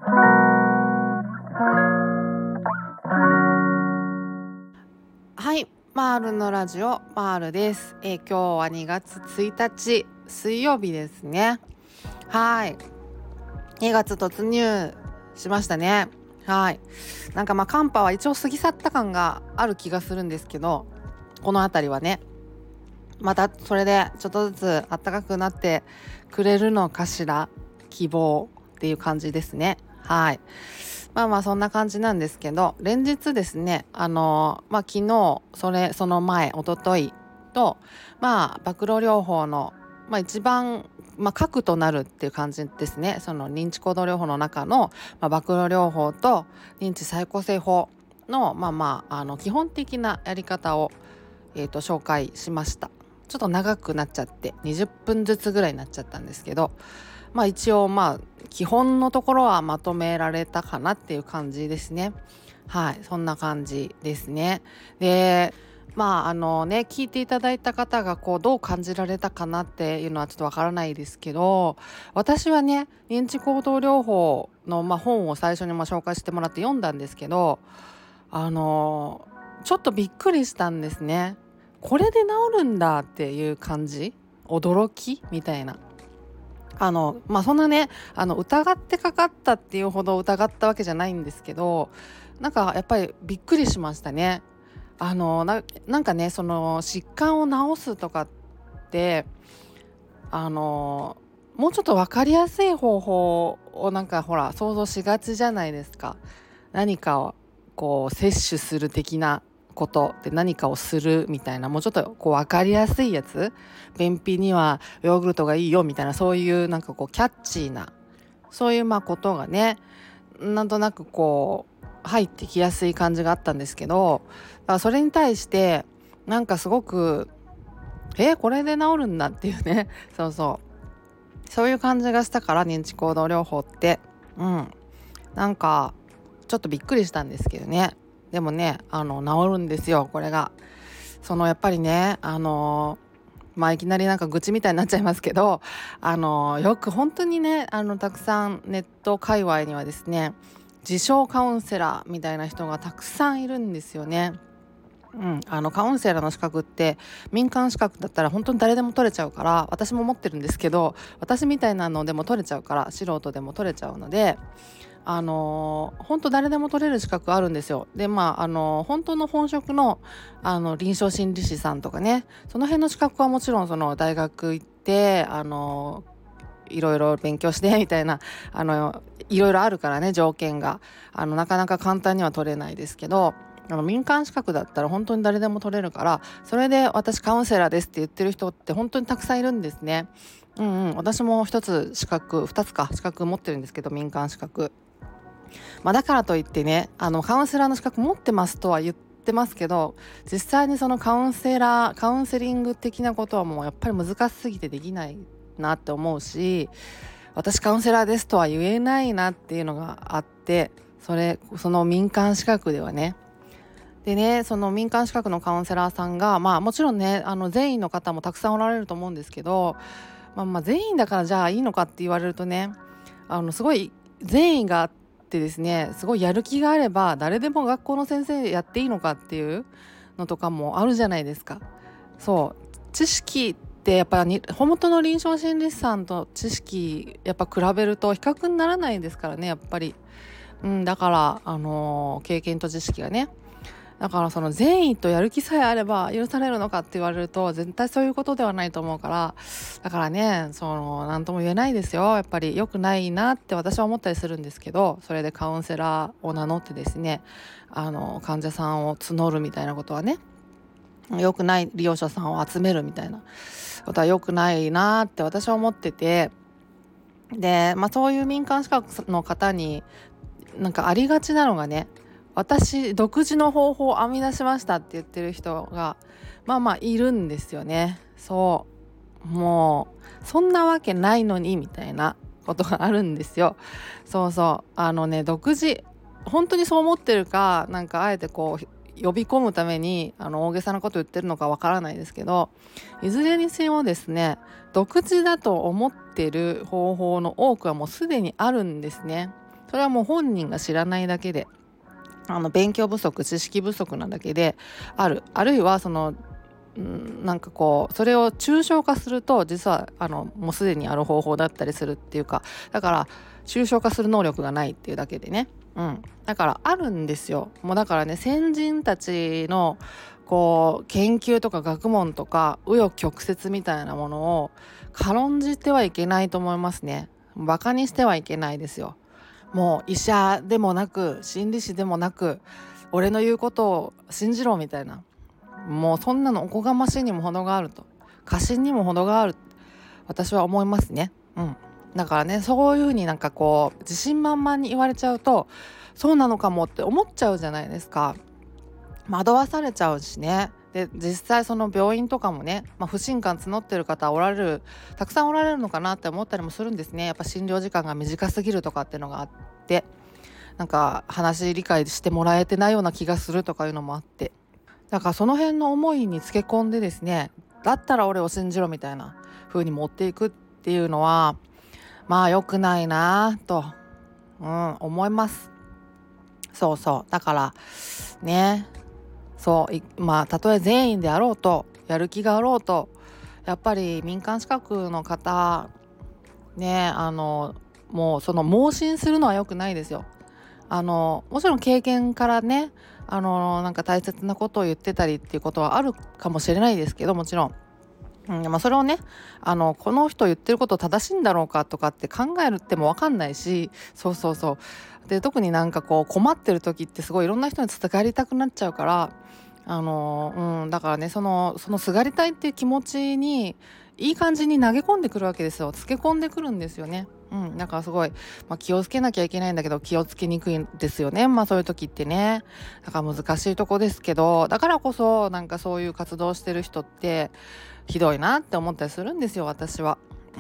はい、マールのラジオマールです。今日は2月1日水曜日ですね。はい、2月突入しましたね。はい、なんか寒波は一応過ぎ去った感がある気がするんですけど、この辺りはね、またそれでちょっとずつ暖かくなってくれるのかしら、希望っていう感じですね。はい、そんな感じなんですけど、連日ですね、昨日その前一昨日と暴露療法の一番核となるっていう感じですね。その認知行動療法の中の暴露療法と認知再構成法の基本的なやり方を紹介しました。ちょっと長くなっちゃって20分ずつぐらいになっちゃったんですけど、一応基本のところはまとめられたかなっていう感じですね。はい、そんな感じですね。で聞いていただいた方がどう感じられたかなっていうのはちょっとわからないですけど、私はね、認知行動療法の本を最初に紹介してもらって読んだんですけど、ちょっとびっくりしたんですね。これで治るんだっていう感じ、驚きみたいな。そんなね、疑ってかかったっていうほど疑ったわけじゃないんですけど、なんかやっぱりびっくりしましたね。なんかね、その疾患を治すとかってもうちょっと分かりやすい方法を想像しがちじゃないですか。何かを摂取する的なことで、何かをするみたいな、もうちょっと分かりやすいやつ、便秘にはヨーグルトがいいよみたいな、そういうキャッチーなそういうことがね、なんとなく入ってきやすい感じがあったんですけど、だからそれに対してすごくこれで治るんだっていうねそういう感じがしたから、認知行動療法ってちょっとびっくりしたんですけどね。でもね、治るんですよ、これが。やっぱりね、いきなり愚痴みたいになっちゃいますけど、よく本当にね、たくさんネット界隈にはですね、自称カウンセラーみたいな人がたくさんいるんですよね。カウンセラーの資格って民間資格だったら本当に誰でも取れちゃうから、私も持ってるんですけど、私みたいなのでも取れちゃうから、素人でも取れちゃうので、本当誰でも取れる資格あるんですよ。で本当の本職の臨床心理士さんとかね、その辺の資格はもちろんその大学行っていろいろ勉強してみたいな、いろいろあるからね、条件がなかなか簡単には取れないですけど、民間資格だったら本当に誰でも取れるから、それで私カウンセラーですって言ってる人って本当にたくさんいるんですね。私も2つ資格持ってるんですけど、民間資格。だからといってね、カウンセラーの資格持ってますとは言ってますけど、実際にそのカウンセリング的なことはもうやっぱり難しすぎてできないなって思うし、私カウンセラーですとは言えないなっていうのがあって、その民間資格ではね。でね、その民間資格のカウンセラーさんがもちろんね、善意の方もたくさんおられると思うんですけど、善意だからじゃあいいのかって言われるとね、すごい善意があってですね、すごいやる気があれば誰でも学校の先生やっていいのかっていうのとかもあるじゃないですか。知識ってやっぱり本当の臨床心理士さんと知識やっぱ比べると比較にならないですからね、やっぱり。だから、経験と知識がね、だからその善意とやる気さえあれば許されるのかって言われると、絶対そういうことではないと思うから、だからね、何とも言えないですよ。やっぱり良くないなって私は思ったりするんですけど、それでカウンセラーを名乗ってですね、患者さんを募るみたいなことはね、良くない、利用者さんを集めるみたいなことは良くないなって私は思ってて、でそういう民間資格の方にありがちなのがね、私独自の方法を編み出しましたって言ってる人がいるんですよね。もうそんなわけないのにみたいなことがあるんですよ。独自、本当にそう思ってるか、あえて呼び込むために大げさなこと言ってるのかわからないですけど、いずれにせよですね、独自だと思ってる方法の多くはもうすでにあるんですね。 それはもう本人が知らないだけで、勉強不足、知識不足なだけであるいはなんかこうそれを抽象化すると実はもうすでにある方法だったりするっていうか、だから抽象化する能力がないっていうだけでね、だからあるんですよ。もうだからね、先人たちのこう研究とか学問とか紆余曲折みたいなものを軽んじてはいけないと思いますね。バカにしてはいけないですよ。もう医者でもなく心理師でもなく、俺の言うことを信じろみたいな、もうそんなのおこがましいにも程があると、過信にも程がある、私は思いますね。だからね、そういうふうになんかこう自信満々に言われちゃうと、そうなのかもって思っちゃうじゃないですか。惑わされちゃうしね。で実際その病院とかもね、不信感募ってる方たくさんおられるのかなって思ったりもするんですね。やっぱ診療時間が短すぎるとかっていうのがあって、なんか話理解してもらえてないような気がするとかいうのもあって、だからその辺の思いにつけ込んでですね、だったら俺を信じろみたいな風に持っていくっていうのは良くないなと、思います。だからね、たとえ善意であろうとやる気があろうと、やっぱり民間資格の方ね、もうその盲信するのは良くないですよ。もちろん経験からね、なんか大切なことを言ってたりっていうことはあるかもしれないですけど、もちろん、それをね、この人言ってること正しいんだろうかとかって考えるっても分かんないし、で特になんかこう困ってる時ってすごいいろんな人にすがりたくなっちゃうから、だからね、そのすがりたいっていう気持ちにいい感じに投げ込んでくるわけですよ。つけ込んでくるんですよね。だからすごい、気をつけなきゃいけないんだけど気をつけにくいんですよね。そういう時ってね、だから難しいとこですけど、だからこそなんかそういう活動してる人ってひどいなって思ったりするんですよ、私は。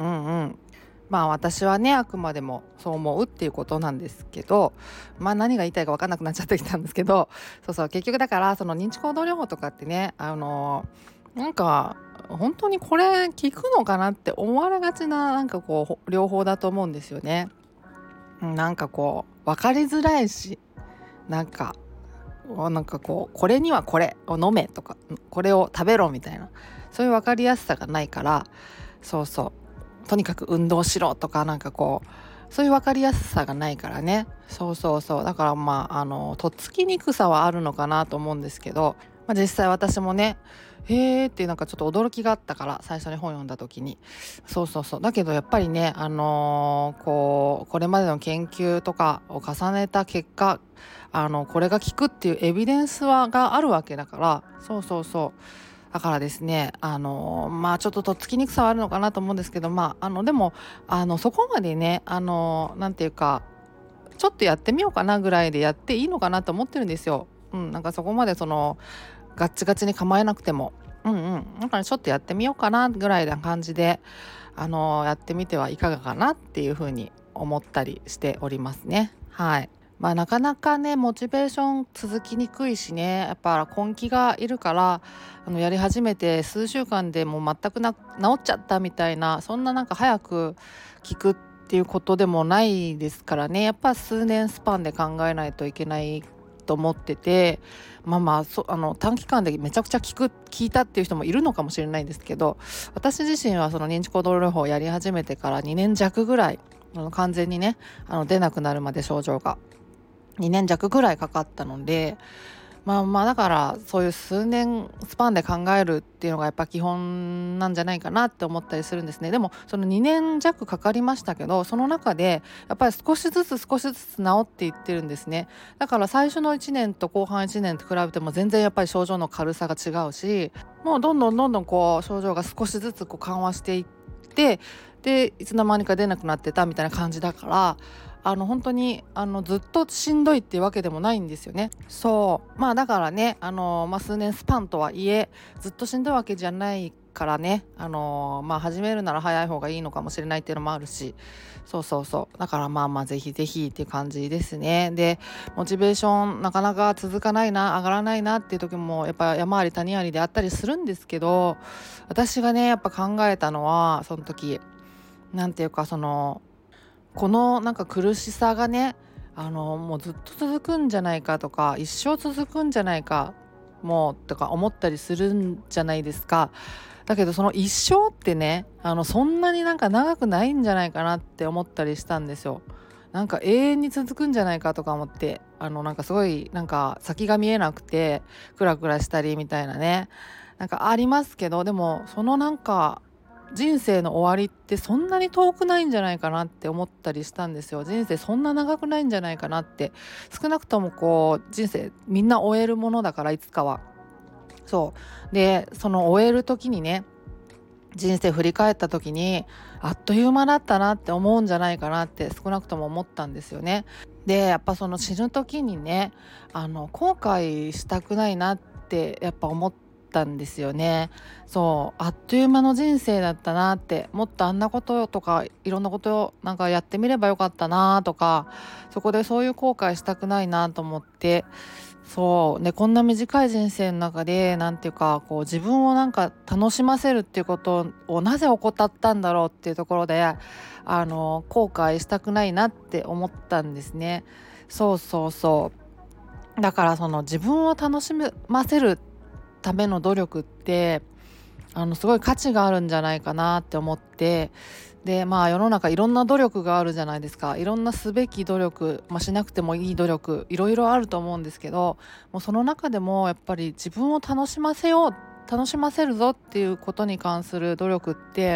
私はね、あくまでもそう思うっていうことなんですけど、何が言いたいか分かんなくなっちゃってきたんですけど、結局だからその認知行動療法とかってね、なんか本当にこれ効くのかなって思われがちな、なんかこう療法だと思うんですよね。なんかこう分かりづらいし、なんかこうこれにはこれを飲めとか、これを食べろみたいな、そういう分かりやすさがないから、とにかく運動しろとか、なんかこうそういう分かりやすさがないからね。だからとっつきにくさはあるのかなと思うんですけど、実際私もね、へーってなんかちょっと驚きがあったから、最初に本読んだ時に。だけどやっぱりね、これまでの研究とかを重ねた結果、これが効くっていうエビデンスがあるわけだから、だからですね、ちょっととっつきにくさはあるのかなと思うんですけど、でもそこまでね、なんていうか、ちょっとやってみようかなぐらいでやっていいのかなと思ってるんですよ。なんかそこまでガッチガチに構えなくても、だからちょっとやってみようかなぐらいな感じで、やってみてはいかがかなっていうふうに思ったりしておりますね。はい。なかなかね、モチベーション続きにくいしね、やっぱ根気がいるから、やり始めて数週間でもう全く治っちゃったみたいな、そんななんか早く効くっていうことでもないですからね、やっぱ数年スパンで考えないといけないと思ってて、短期間でめちゃくちゃ効いたっていう人もいるのかもしれないんですけど、私自身はその認知行動療法をやり始めてから2年弱ぐらい、完全にね、出なくなるまで症状が2年弱ぐらいかかったので、だからそういう数年スパンで考えるっていうのがやっぱ基本なんじゃないかなって思ったりするんですね。でもその2年弱かかりましたけど、その中でやっぱり少しずつ治っていってるんですね。だから最初の1年と後半1年と比べても全然やっぱり症状の軽さが違うし、もうどんどんこう症状が少しずつこう緩和していって、でいつの間にか出なくなってたみたいな感じだから、本当にずっとしんどいっていうわけでもないんですよね。だからね、数年スパンとはいえずっとしんどいわけじゃないからね、始めるなら早い方がいいのかもしれないっていうのもあるし、だからぜひぜひっていう感じですね。でモチベーションなかなか続かないな、上がらないなっていう時もやっぱ山あり谷ありであったりするんですけど、私がねやっぱ考えたのは、その時なんていうか、このなんか苦しさがね、 もうずっと続くんじゃないかとか、一生続くんじゃないかもうとか思ったりするんじゃないですか。だけどその一生ってね、そんなになんか長くないんじゃないかなって思ったりしたんですよ。なんか永遠に続くんじゃないかとか思って、なんかすごいなんか先が見えなくてクラクラしたりみたいなね、なんかありますけど、でもそのなんか人生の終わりってそんなに遠くないんじゃないかなって思ったりしたんですよ。人生そんな長くないんじゃないかなって。少なくともこう人生みんな終えるものだから、いつかは。そうで、その終える時にね、人生振り返った時にあっという間だったなって思うんじゃないかなって少なくとも思ったんですよね。でやっぱその死ぬ時にね、後悔したくないなってやっぱ思ったんですよね。そうあっという間の人生だったなって、もっとあんなこととかいろんなことをなんかやってみればよかったなとか、そこでそういう後悔したくないなと思って、そうね、こんな短い人生の中でなんていうかこう自分をなんか楽しませるっていうことをなぜ怠ったんだろうっていうところで後悔したくないなって思ったんですね。そうそうそう、だからその自分を楽しませるための努力ってすごい価値があるんじゃないかなって思って、で世の中いろんな努力があるじゃないですか。いろんなすべき努力、しなくてもいい努力いろいろあると思うんですけど、もうその中でもやっぱり自分を楽しませよう、楽しませるぞっていうことに関する努力って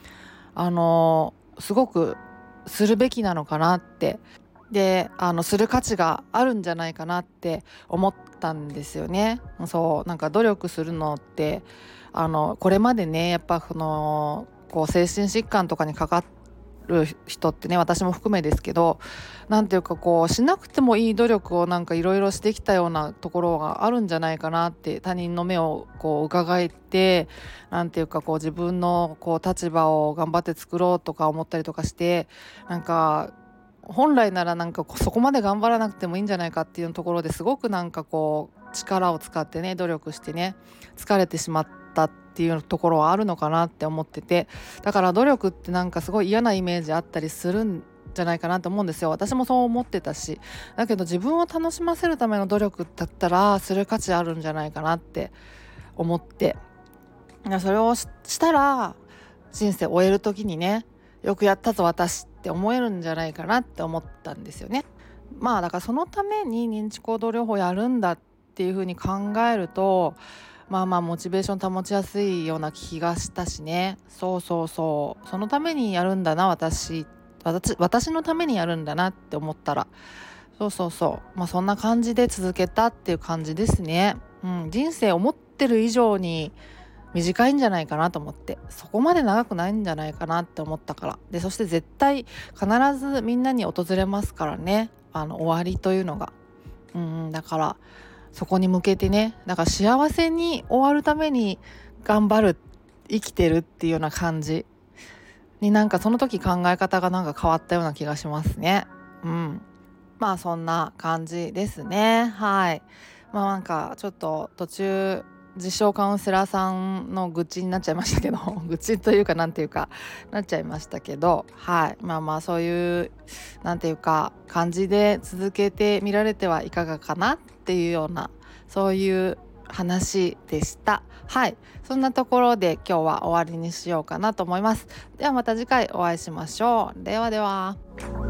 すごくするべきなのかなって、する価値があるんじゃないかなって思ったんですよね。そうなんか努力するのってこれまでね、やっぱこう精神疾患とかにかかる人ってね、私も含めですけど、なんていうかこうしなくてもいい努力をなんかいろいろしてきたようなところがあるんじゃないかなって、他人の目をこう伺えて、なんていうかこう自分のこう立場を頑張って作ろうとか思ったりとかして、なんか本来ならなんかそこまで頑張らなくてもいいんじゃないかっていうところですごくなんかこう力を使ってね、努力してね、疲れてしまったっていうところはあるのかなって思ってて、だから努力ってなんかすごい嫌なイメージあったりするんじゃないかなと思うんですよ。私もそう思ってたし、だけど自分を楽しませるための努力だったらする価値あるんじゃないかなって思って、それをしたら人生終える時にね、よくやったぞ私って思えるんじゃないかなって思ったんですよね。だからそのために認知行動療法やるんだっていう風に考えると、モチベーション保ちやすいような気がしたしね。そうそうそう、そのためにやるんだな、私のためにやるんだなって思ったら、そうそうそう、そんな感じで続けたっていう感じですね。人生思ってる以上に短いんじゃないかなと思って、そこまで長くないんじゃないかなって思ったから。でそして絶対必ずみんなに訪れますからね、終わりというのが。だからそこに向けてね、だから幸せに終わるために頑張る、生きてるっていうような感じに、なんかその時考え方がなんか変わったような気がしますね。そんな感じですね。はい。なんかちょっと途中自称カウンセラーさんの愚痴になっちゃいましたけど愚痴というかなんていうかなっちゃいましたけど、はい、そういうなんていうか感じで続けてみられてはいかがかなっていうような、そういう話でした。はい、そんなところで今日は終わりにしようかなと思います。ではまた次回お会いしましょう。ではでは。